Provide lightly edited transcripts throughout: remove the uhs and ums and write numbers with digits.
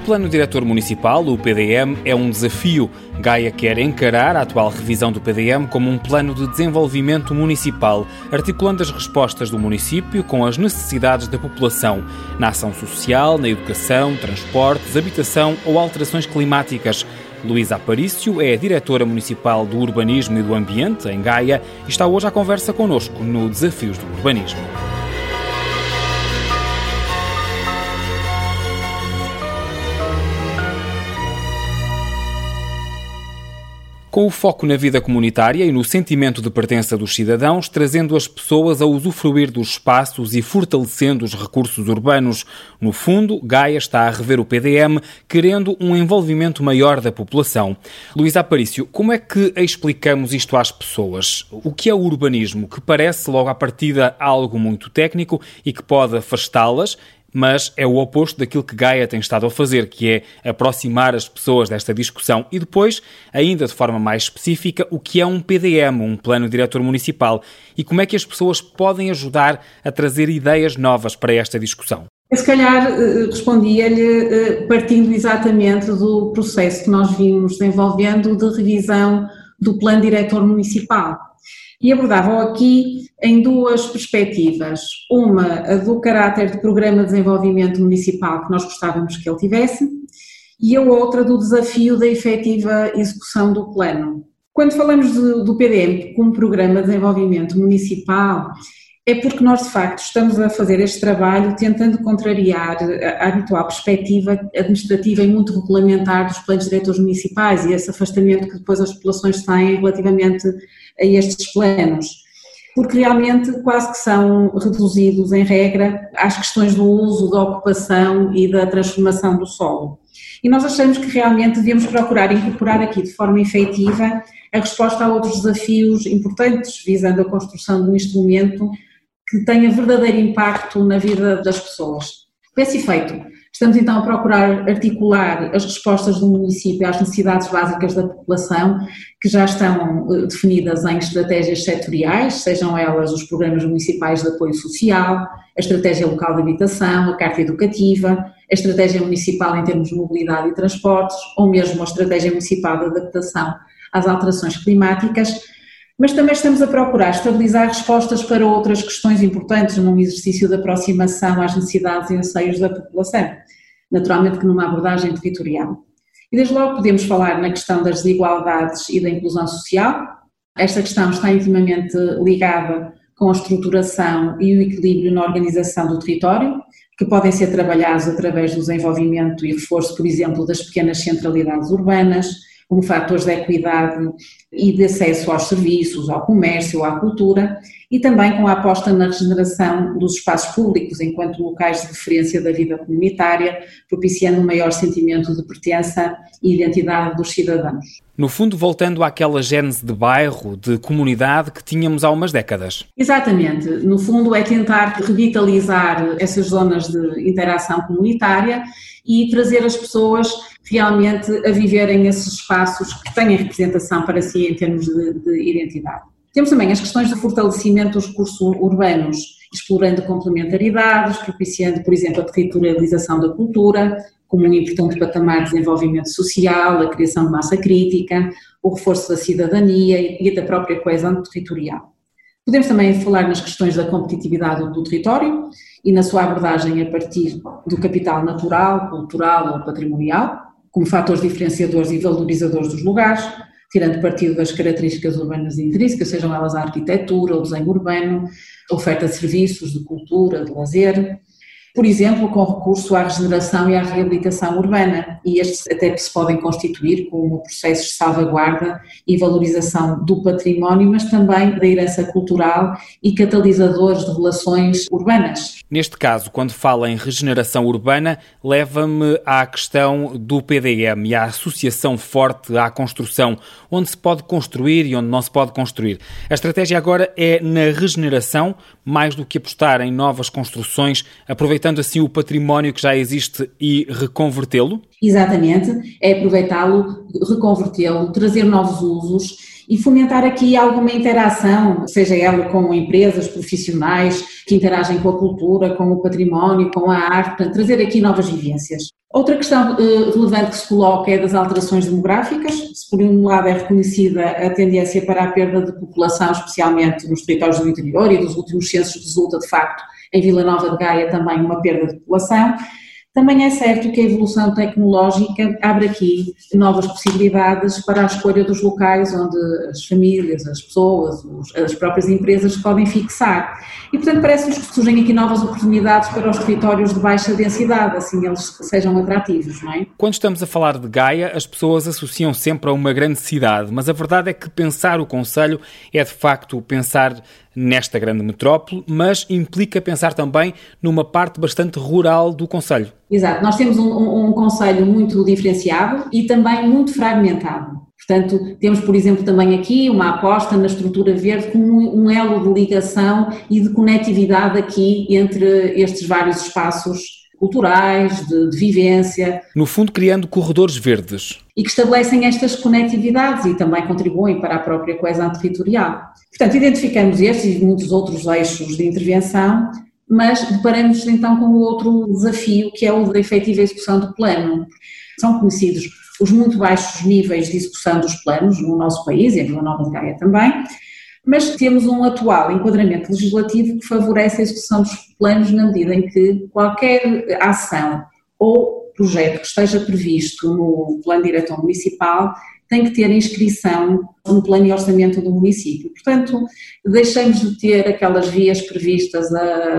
Plano Diretor Municipal, o PDM, é um desafio. Gaia quer encarar a atual revisão do PDM como um plano de desenvolvimento municipal, articulando as respostas do município com as necessidades da população, na ação social, na educação, transportes, habitação ou alterações climáticas. Luísa Aparício é a Diretora Municipal do Urbanismo e do Ambiente, em Gaia, e está hoje à conversa connosco no Desafios do Urbanismo. Com o foco na vida comunitária e no sentimento de pertença dos cidadãos, trazendo as pessoas a usufruir dos espaços e fortalecendo os recursos urbanos. No fundo, Gaia está a rever o PDM, querendo um envolvimento maior da população. Luísa Aparício, como é que explicamos isto às pessoas? O que é o urbanismo, que parece logo à partida algo muito técnico e que pode afastá-las, mas é o oposto daquilo que Gaia tem estado a fazer, que é aproximar as pessoas desta discussão. E depois, ainda de forma mais específica, o que é um PDM, um Plano Diretor Municipal, e como é que as pessoas podem ajudar a trazer ideias novas para esta discussão? Se calhar respondia-lhe partindo exatamente do processo que nós vimos desenvolvendo de revisão do Plano Diretor Municipal. E abordavam aqui em duas perspectivas. Uma, a do caráter de Programa de Desenvolvimento Municipal que nós gostávamos que ele tivesse, e a outra do desafio da efetiva execução do plano. Quando falamos do PDM como Programa de Desenvolvimento Municipal, é porque nós, de facto, estamos a fazer este trabalho tentando contrariar a habitual perspectiva administrativa e muito regulamentar dos planos diretores municipais e esse afastamento que depois as populações têm relativamente a estes planos, porque realmente quase que são reduzidos, em regra, às questões do uso, da ocupação e da transformação do solo. E nós achamos que realmente devemos procurar incorporar aqui de forma efetiva a resposta a outros desafios importantes, visando a construção de um instrumento que tenha verdadeiro impacto na vida das pessoas. Com esse efeito, estamos então a procurar articular as respostas do município às necessidades básicas da população, que já estão definidas em estratégias setoriais, sejam elas os programas municipais de apoio social, a estratégia local de habitação, a carta educativa, a estratégia municipal em termos de mobilidade e transportes, ou mesmo a estratégia municipal de adaptação às alterações climáticas. Mas também estamos a procurar estabilizar respostas para outras questões importantes num exercício de aproximação às necessidades e anseios da população, naturalmente que numa abordagem territorial. E desde logo podemos falar na questão das desigualdades e da inclusão social. Esta questão está intimamente ligada com a estruturação e o equilíbrio na organização do território, que podem ser trabalhados através do desenvolvimento e reforço, por exemplo, das pequenas centralidades urbanas, como fatores de equidade e de acesso aos serviços, ao comércio, à cultura, e também com a aposta na regeneração dos espaços públicos enquanto locais de referência da vida comunitária, propiciando um maior sentimento de pertença e identidade dos cidadãos. No fundo, voltando àquela gênese de bairro, de comunidade que tínhamos há umas décadas. Exatamente. No fundo é tentar revitalizar essas zonas de interação comunitária e trazer as pessoas realmente a viverem esses espaços que têm representação para si em termos de identidade. Temos também as questões do fortalecimento dos recursos urbanos, explorando complementaridades, propiciando, por exemplo, a territorialização da cultura, como um importante patamar de desenvolvimento social, a criação de massa crítica, o reforço da cidadania e da própria coesão territorial. Podemos também falar nas questões da competitividade do território e na sua abordagem a partir do capital natural, cultural ou patrimonial, como fatores diferenciadores e valorizadores dos lugares, tirando partido das características urbanas intrínsecas, sejam elas a arquitetura, o desenho urbano, a oferta de serviços, de cultura, de lazer, por exemplo, com recurso à regeneração e à reabilitação urbana, e estes até se podem constituir como processos de salvaguarda e valorização do património, mas também da herança cultural e catalisadores de relações urbanas. Neste caso, quando fala em regeneração urbana, leva-me à questão do PDM e à associação forte à construção, onde se pode construir e onde não se pode construir. A estratégia agora é na regeneração, mais do que apostar em novas construções, aproveitando assim o património que já existe e reconvertê-lo? Exatamente, é aproveitá-lo, reconvertê-lo, trazer novos usos e fomentar aqui alguma interação, seja ela com empresas, profissionais que interagem com a cultura, com o património, com a arte, portanto, trazer aqui novas vivências. Outra questão relevante que se coloca é das alterações demográficas. Se por um lado é reconhecida a tendência para a perda de população, especialmente nos territórios do interior, e dos últimos censos resulta de facto em Vila Nova de Gaia também uma perda de população, também é certo que a evolução tecnológica abre aqui novas possibilidades para a escolha dos locais onde as famílias, as pessoas, as próprias empresas podem fixar. E, portanto, parece-nos que surgem aqui novas oportunidades para os territórios de baixa densidade, assim eles sejam atrativos, não é? Quando estamos a falar de Gaia, as pessoas associam sempre a uma grande cidade, mas a verdade é que pensar o concelho é, de facto, pensar nesta grande metrópole, mas implica pensar também numa parte bastante rural do concelho. Exato, nós temos um concelho muito diferenciado e também muito fragmentado. Portanto, temos, por exemplo, também aqui uma aposta na estrutura verde como um elo de ligação e de conectividade aqui entre estes vários espaços culturais, de vivência. No fundo, criando corredores verdes. E que estabelecem estas conectividades e também contribuem para a própria coesão territorial. Portanto, identificamos estes e muitos outros eixos de intervenção, mas deparamos então com outro desafio, que é o da efetiva execução do plano. São conhecidos os muito baixos níveis de execução dos planos no nosso país, e em Vila Nova de Gaia também, mas temos um atual enquadramento legislativo que favorece a execução dos planos na medida em que qualquer ação ou projeto que esteja previsto no plano diretor municipal tem que ter inscrição no plano e orçamento do município. Portanto, deixamos de ter aquelas vias previstas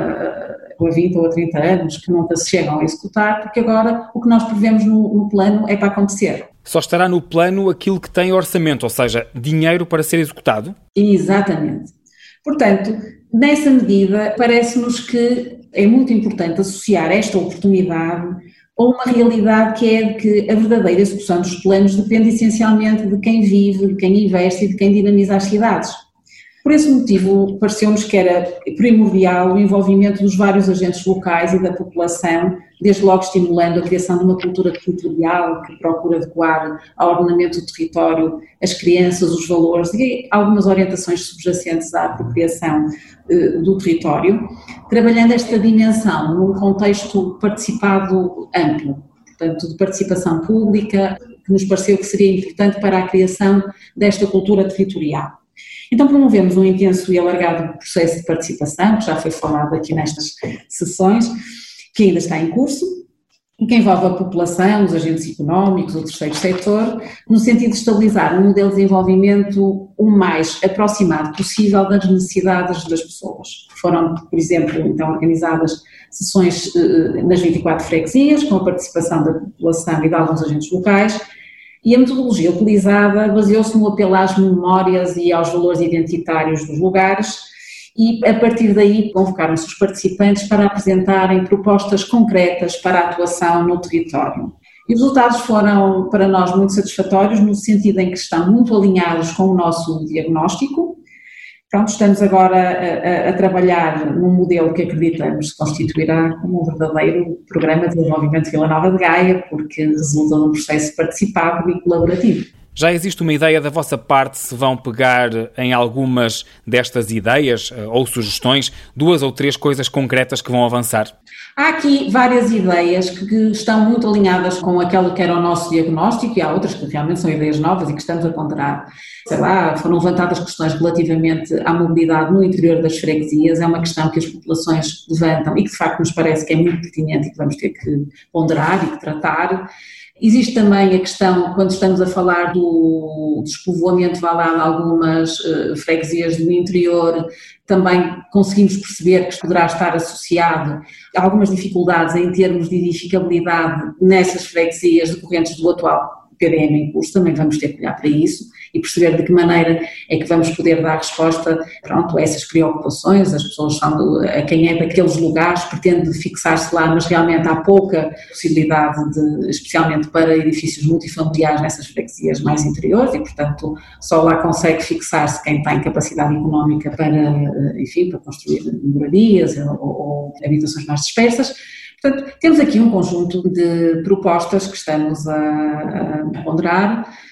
há 20 ou 30 anos que nunca se chegam a executar, porque agora o que nós prevemos no plano é para acontecer. Só estará no plano aquilo que tem orçamento, ou seja, dinheiro para ser executado? Exatamente. Portanto, nessa medida, parece-nos que é muito importante associar esta oportunidade a uma realidade que é de que a verdadeira execução dos planos depende essencialmente de quem vive, de quem investe e de quem dinamiza as cidades. Por esse motivo, pareceu-nos que era primordial o envolvimento dos vários agentes locais e da população, desde logo estimulando a criação de uma cultura territorial que procura adequar ao ordenamento do território as crianças, os valores e algumas orientações subjacentes à apropriação do território, trabalhando esta dimensão num contexto participado amplo, portanto, de participação pública, que nos pareceu que seria importante para a criação desta cultura territorial. Então promovemos um intenso e alargado processo de participação, que já foi falado aqui nestas sessões, que ainda está em curso, e que envolve a população, os agentes económicos, o terceiro setor, no sentido de estabilizar um modelo de desenvolvimento o mais aproximado possível das necessidades das pessoas. Foram, por exemplo, então organizadas sessões nas 24 freguesias, com a participação da população e de alguns agentes locais, e a metodologia utilizada baseou-se no apelo às memórias e aos valores identitários dos lugares e, a partir daí, convocaram-se os participantes para apresentarem propostas concretas para a atuação no território. E os resultados foram, para nós, muito satisfatórios, no sentido em que estão muito alinhados com o nosso diagnóstico. Pronto, estamos agora a trabalhar num modelo que acreditamos se constituirá como um verdadeiro programa de desenvolvimento de Vila Nova de Gaia, porque resulta de um processo participado e colaborativo. Já existe uma ideia da vossa parte se vão pegar em algumas destas ideias ou sugestões, 2 ou 3 coisas concretas que vão avançar? Há aqui várias ideias que estão muito alinhadas com aquilo que era o nosso diagnóstico e há outras que realmente são ideias novas e que estamos a ponderar. Sei lá, foram levantadas questões relativamente à mobilidade no interior das freguesias, é uma questão que as populações levantam e que de facto nos parece que é muito pertinente e que vamos ter que ponderar e que tratar. Existe também a questão, quando estamos a falar do despovoamento, vá lá, de algumas freguesias do interior, também conseguimos perceber que poderá estar associado a algumas dificuldades em termos de edificabilidade nessas freguesias decorrentes do atual PDM em curso, também vamos ter que olhar para isso e perceber de que maneira é que vamos poder dar resposta, pronto, a essas preocupações. As pessoas são a quem é daqueles lugares, pretende fixar-se lá, mas realmente há pouca possibilidade, especialmente para edifícios multifamiliares nessas freguesias mais interiores e, portanto, só lá consegue fixar-se quem tem capacidade económica para, enfim, para construir moradias ou habitações mais dispersas. Portanto, temos aqui um conjunto de propostas que estamos a ponderar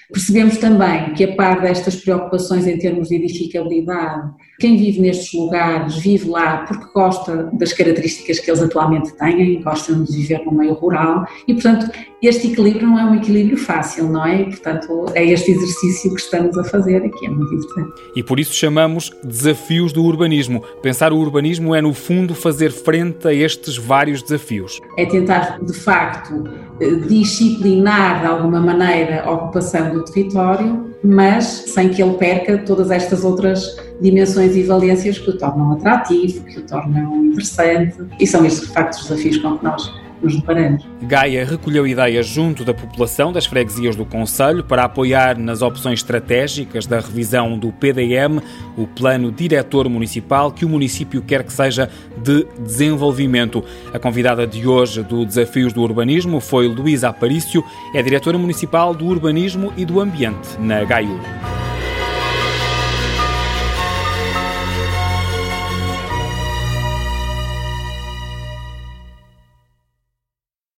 Percebemos também que, a par destas preocupações em termos de edificabilidade, quem vive nestes lugares vive lá porque gosta das características que eles atualmente têm, gostam de viver no meio rural e, portanto, este equilíbrio não é um equilíbrio fácil, não é? E, portanto, é este exercício que estamos a fazer aqui, é muito importante. E por isso chamamos desafios do urbanismo. Pensar o urbanismo é, no fundo, fazer frente a estes vários desafios. É tentar, de facto, disciplinar de alguma maneira a ocupação do território, mas sem que ele perca todas estas outras dimensões e valências que o tornam atrativo, que o tornam interessante, e são estes, de facto, os desafios com que nós nos deparamos. Gaia recolheu ideias junto da população das freguesias do concelho para apoiar nas opções estratégicas da revisão do PDM, o Plano Diretor Municipal, que o município quer que seja de desenvolvimento. A convidada de hoje do Desafios do Urbanismo foi Luísa Aparício, é diretora municipal do Urbanismo e do Ambiente na GAIU.